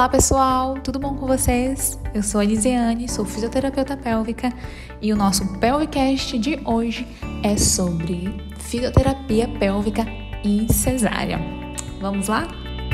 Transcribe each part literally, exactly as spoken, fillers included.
Olá pessoal, tudo bom com vocês? Eu sou a Elisiane, sou fisioterapeuta pélvica e o nosso Pelvicast de hoje é sobre fisioterapia pélvica e cesárea. Vamos lá?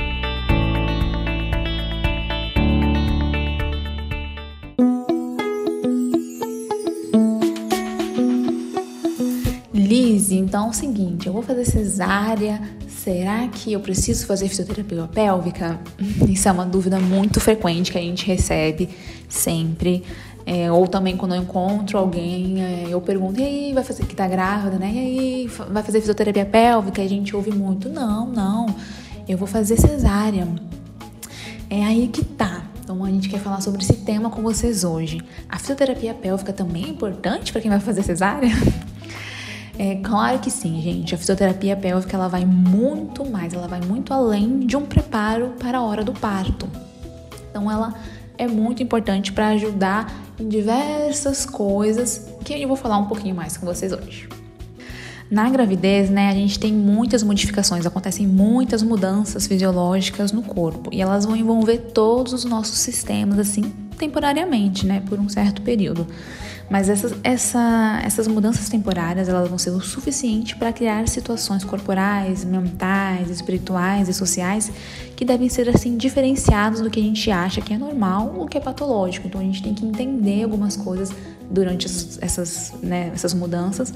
Liz, então é o seguinte, eu vou fazer cesárea, será que eu preciso fazer fisioterapia pélvica? Isso é uma dúvida muito frequente que a gente recebe sempre, é, ou também quando eu encontro alguém, é, eu pergunto, e aí, vai fazer, que tá grávida, né? E aí, vai fazer fisioterapia pélvica? E a gente ouve muito, não, não, eu vou fazer cesárea. É aí que tá. Então a gente quer falar sobre esse tema com vocês hoje. A fisioterapia pélvica também é importante para quem vai fazer cesárea? É claro que sim, gente. A fisioterapia pélvica ela vai muito mais, ela vai muito além de um preparo para a hora do parto. Então ela é muito importante para ajudar em diversas coisas que eu vou falar um pouquinho mais com vocês hoje. Na gravidez, né, a gente tem muitas modificações, acontecem muitas mudanças fisiológicas no corpo e elas vão envolver todos os nossos sistemas, assim, temporariamente, né, por um certo período. Mas essas, essa, essas mudanças temporárias, elas vão ser o suficiente para criar situações corporais, mentais, espirituais e sociais que devem ser, assim, diferenciadas do que a gente acha que é normal ou que é patológico. Então, a gente tem que entender algumas coisas durante essas, né, essas mudanças,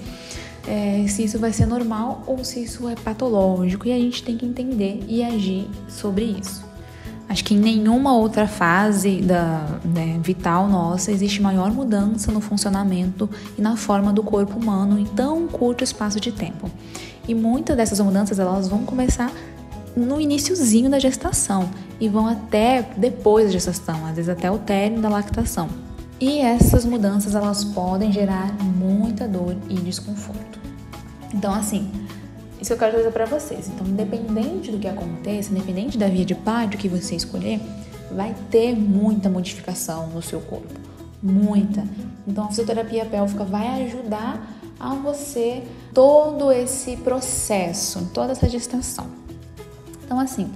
é, se isso vai ser normal ou se isso é patológico. E a gente tem que entender e agir sobre isso. Acho que em nenhuma outra fase da, né, vital nossa existe maior mudança no funcionamento e na forma do corpo humano em tão curto espaço de tempo. E muitas dessas mudanças elas vão começar no iniciozinho da gestação e vão até depois da gestação, às vezes até o término da lactação. E essas mudanças elas podem gerar muita dor e desconforto. Então, assim, isso que eu quero dizer para vocês. Então, independente do que aconteça, independente da via de parto que você escolher, vai ter muita modificação no seu corpo. Muita. Então, a fisioterapia pélvica vai ajudar a você todo esse processo, toda essa gestação. Então, assim,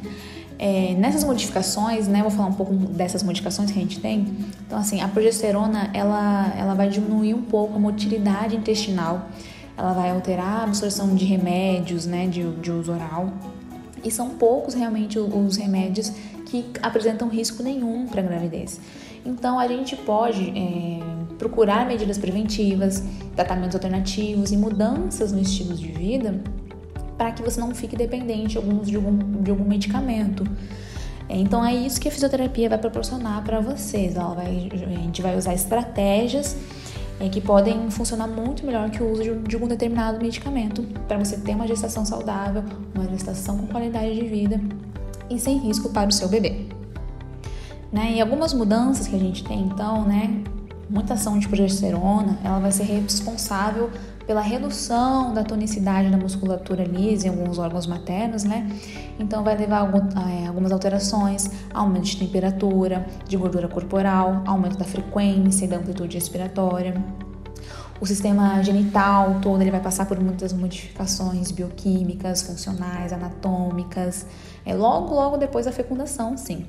é, nessas modificações, né, vou falar um pouco dessas modificações que a gente tem. Então, assim, a progesterona, ela, ela vai diminuir um pouco a motilidade intestinal. Ela vai alterar a absorção de remédios, né, de, de uso oral. E são poucos realmente os remédios que apresentam risco nenhum para a gravidez. Então, a gente pode é, procurar medidas preventivas, tratamentos alternativos e mudanças no estilo de vida para que você não fique dependente de algum, de algum, de algum medicamento. Então, é isso que a fisioterapia vai proporcionar para vocês. Ela vai, a gente vai usar estratégias É, que podem funcionar muito melhor que o uso de, de algum determinado medicamento para você ter uma gestação saudável, uma gestação com qualidade de vida e sem risco para o seu bebê. Né? E algumas mudanças que a gente tem, então, né? Muita ação de progesterona, ela vai ser responsável pela redução da tonicidade da musculatura lisa em alguns órgãos maternos, né? Então vai levar a algumas alterações, aumento de temperatura, de gordura corporal, aumento da frequência e da amplitude respiratória. O sistema genital todo ele vai passar por muitas modificações bioquímicas, funcionais, anatômicas, é logo, logo depois da fecundação, sim.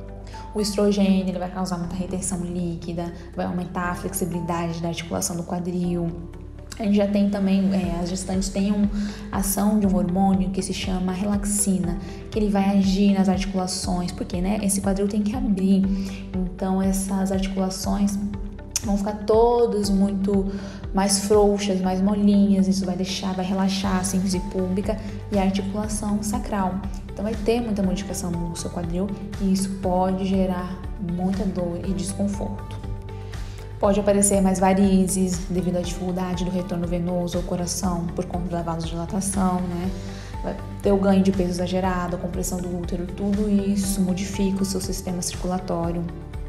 O estrogênio ele vai causar muita retenção líquida, vai aumentar a flexibilidade da articulação do quadril. A gente já tem também, é, as gestantes têm uma ação de um hormônio que se chama relaxina, que ele vai agir nas articulações, porque, né, esse quadril tem que abrir, então essas articulações vão ficar todas muito mais frouxas, mais molinhas, isso vai deixar, vai relaxar a síntese púbica e a articulação sacral. Então vai ter muita modificação no seu quadril e isso pode gerar muita dor e desconforto. Pode aparecer mais varizes devido à dificuldade do retorno venoso ao coração por conta da vasodilatação, né? Vai ter o ganho de peso exagerado, a compressão do útero, tudo isso modifica o seu sistema circulatório.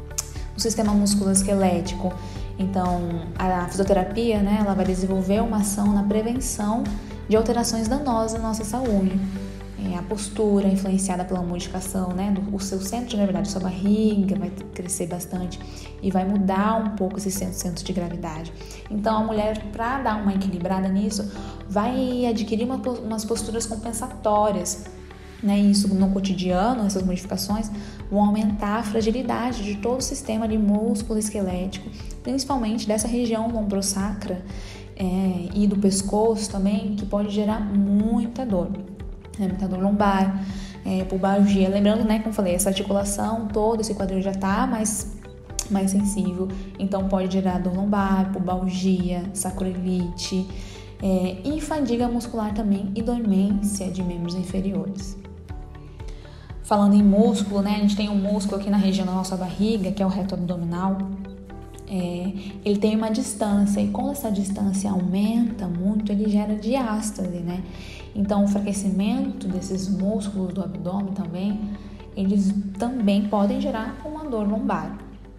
O sistema musculoesquelético, então a fisioterapia, né, ela vai desenvolver uma ação na prevenção de alterações danosas na nossa saúde. É, a postura influenciada pela modificação, né, do o seu centro de gravidade, sua barriga vai crescer bastante e vai mudar um pouco esse centro, centro de gravidade. Então a mulher, para dar uma equilibrada nisso, vai adquirir uma, umas posturas compensatórias né, isso no cotidiano, essas modificações, vão aumentar a fragilidade de todo o sistema de músculo esquelético, principalmente dessa região lombrosacra é, e do pescoço também, que pode gerar muita dor, né, muita dor lombar, é, pubalgia. Lembrando, né, como eu falei, essa articulação toda, esse quadril já está mais, mais sensível, então pode gerar dor lombar, pubalgia, sacroiliite, é, e fadiga muscular também e dormência de membros inferiores. Falando em músculo, né, a gente tem um músculo aqui na região da nossa barriga, que é o reto abdominal. É, ele tem uma distância, e quando essa distância aumenta muito, ele gera diástase, né? Então, o enfraquecimento desses músculos do abdômen também, eles também podem gerar uma dor lombar.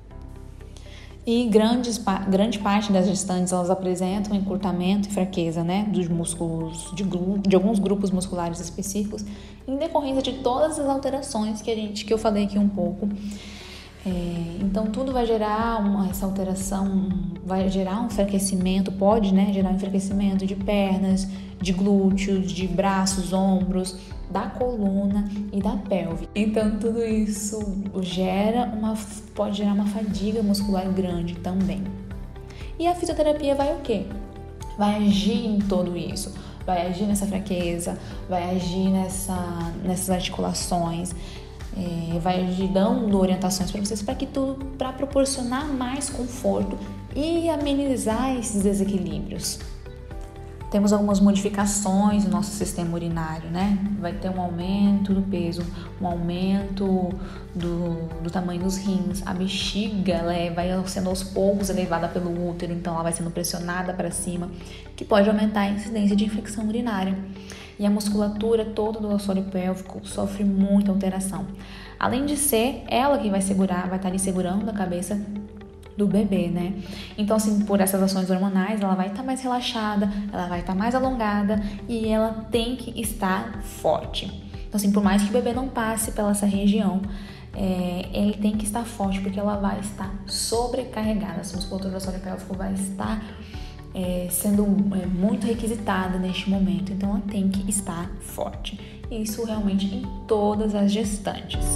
E grandes, grande parte das gestantes, elas apresentam encurtamento e fraqueza, né, dos músculos, de, de alguns grupos musculares específicos, em decorrência de todas as alterações que, a gente, que eu falei aqui um pouco. É, então, tudo vai gerar uma, essa alteração, vai gerar um enfraquecimento, pode, né, gerar um enfraquecimento de pernas, de glúteos, de braços, ombros, da coluna e da pelve. Então, tudo isso gera uma, pode gerar uma fadiga muscular grande também. E a fisioterapia vai o quê? Vai agir em tudo isso. Vai agir nessa fraqueza, vai agir nessa, nessas articulações, é, vai agir dando orientações para vocês para que tudo, para proporcionar mais conforto e amenizar esses desequilíbrios. Temos algumas modificações no nosso sistema urinário, né? Vai ter um aumento do peso, um aumento do, do tamanho dos rins. A bexiga, ela é, vai sendo aos poucos elevada pelo útero, então ela vai sendo pressionada para cima, que pode aumentar a incidência de infecção urinária. E a musculatura toda do assoalho pélvico sofre muita alteração. Além de ser ela que vai segurar, vai estar ali segurando a cabeça do bebê, né? Então, assim, por essas ações hormonais, ela vai estar mais relaxada, ela vai estar mais alongada e ela tem que estar forte. Então, assim, por mais que o bebê não passe pela essa região, é, ele tem que estar forte, porque ela vai estar sobrecarregada. Essa musculatura do assoalho pélvico vai estar é, sendo é, muito requisitada neste momento. Então, ela tem que estar forte. Isso realmente em todas as gestantes.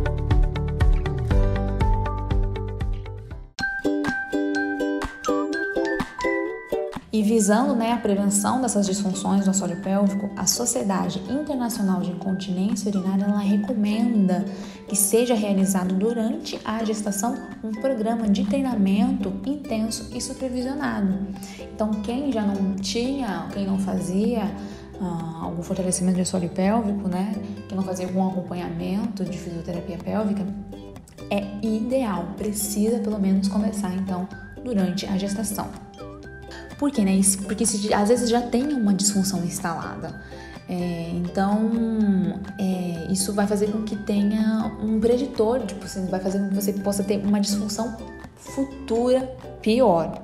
E visando, né, a prevenção dessas disfunções do assoalho pélvico, a Sociedade Internacional de Incontinência Urinária ela recomenda que seja realizado durante a gestação um programa de treinamento intenso e supervisionado. Então, quem já não tinha, quem não fazia uh, algum fortalecimento de assoalho pélvico, né, quem não fazia algum acompanhamento de fisioterapia pélvica, é ideal, precisa pelo menos começar então durante a gestação. Por quê, né? Porque se, às vezes já tem uma disfunção instalada. É, então, é, isso vai fazer com que tenha um preditor, tipo, assim, vai fazer com que você possa ter uma disfunção futura pior.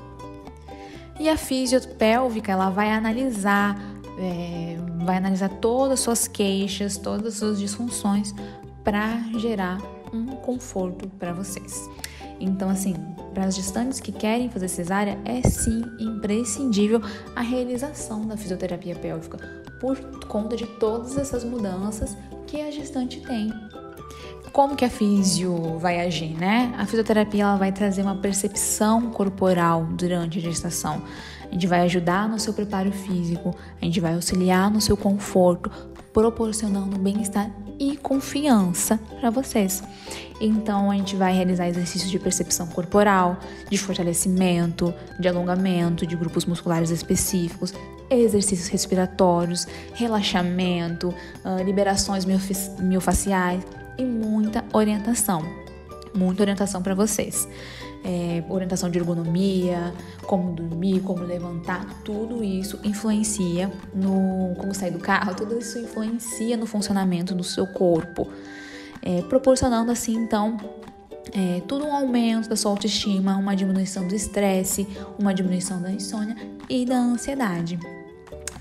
E a fisiopélvica, ela vai analisar, é, vai analisar todas as suas queixas, todas as suas disfunções para gerar um conforto para vocês. Então, assim, para as gestantes que querem fazer cesárea, é sim imprescindível a realização da fisioterapia pélvica, por conta de todas essas mudanças que a gestante tem. Como que a fisio vai agir, né? A fisioterapia ela vai trazer uma percepção corporal durante a gestação. A gente vai ajudar no seu preparo físico, a gente vai auxiliar no seu conforto, proporcionando bem-estar e confiança para vocês. Então, a gente vai realizar exercícios de percepção corporal, de fortalecimento, de alongamento de grupos musculares específicos, exercícios respiratórios, relaxamento, uh, liberações miofaciais e muita orientação. Muita orientação para vocês. É, orientação de ergonomia, como dormir, como levantar, tudo isso influencia no como sair do carro, tudo isso influencia no funcionamento do seu corpo, é, proporcionando assim então é, tudo um aumento da sua autoestima, uma diminuição do estresse, uma diminuição da insônia e da ansiedade.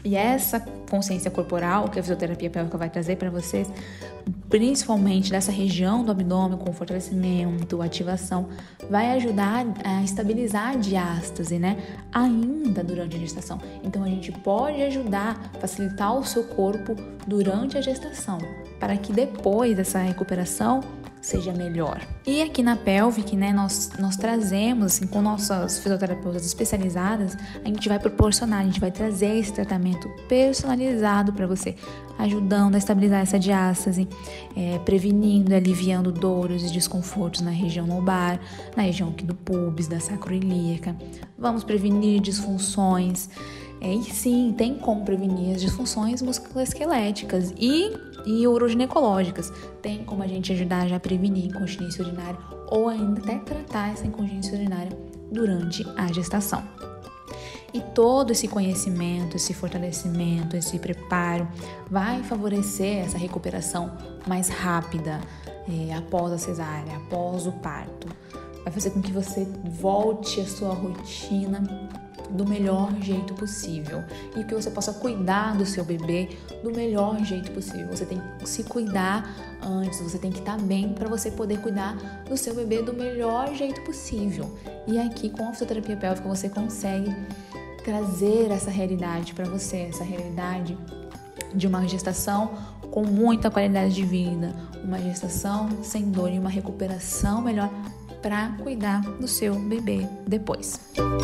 E essa consciência corporal que a fisioterapia pélvica vai trazer para vocês, principalmente dessa região do abdômen, com fortalecimento, ativação, vai ajudar a estabilizar a diástase, né? Ainda durante a gestação. Então, a gente pode ajudar, facilitar o seu corpo durante a gestação, para que depois dessa recuperação seja melhor. E aqui na Pelvic, né, nós, nós trazemos, assim, com nossas fisioterapeutas especializadas, a gente vai proporcionar, a gente vai trazer esse tratamento personalizado para você, ajudando a estabilizar essa diástase, é, prevenindo e aliviando dores e desconfortos na região lombar, na região aqui do pubis, da sacroiliaca. Vamos prevenir disfunções. É, e sim, tem como prevenir as disfunções musculoesqueléticas e, e uroginecológicas. Tem como a gente ajudar já a prevenir incontinência urinária ou ainda até tratar essa incontinência urinária durante a gestação. E todo esse conhecimento, esse fortalecimento, esse preparo vai favorecer essa recuperação mais rápida é, após a cesárea, após o parto. Vai fazer com que você volte à sua rotina do melhor jeito possível e que você possa cuidar do seu bebê do melhor jeito possível. Você tem que se cuidar antes, você tem que estar bem para você poder cuidar do seu bebê do melhor jeito possível. E aqui com a fisioterapia pélvica você consegue trazer essa realidade para você, essa realidade de uma gestação com muita qualidade de vida, uma gestação sem dor e uma recuperação melhor para cuidar do seu bebê depois.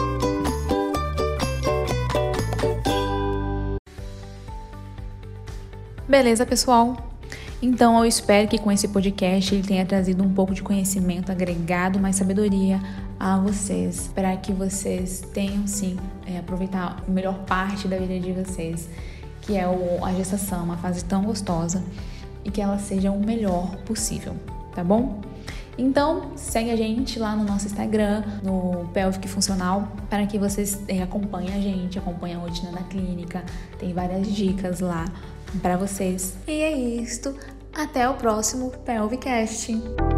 Beleza, pessoal? Então, eu espero que com esse podcast ele tenha trazido um pouco de conhecimento agregado, mais sabedoria a vocês, para que vocês tenham, sim, é, aproveitar a melhor parte da vida de vocês, que é o, a gestação, uma fase tão gostosa, e que ela seja o melhor possível, tá bom? Então, segue a gente lá no nosso Instagram, no Pelvic Funcional, para que vocês é, acompanhem a gente, acompanhem a rotina da clínica, tem várias dicas lá para vocês. E é isto. Até o próximo Pelvicast.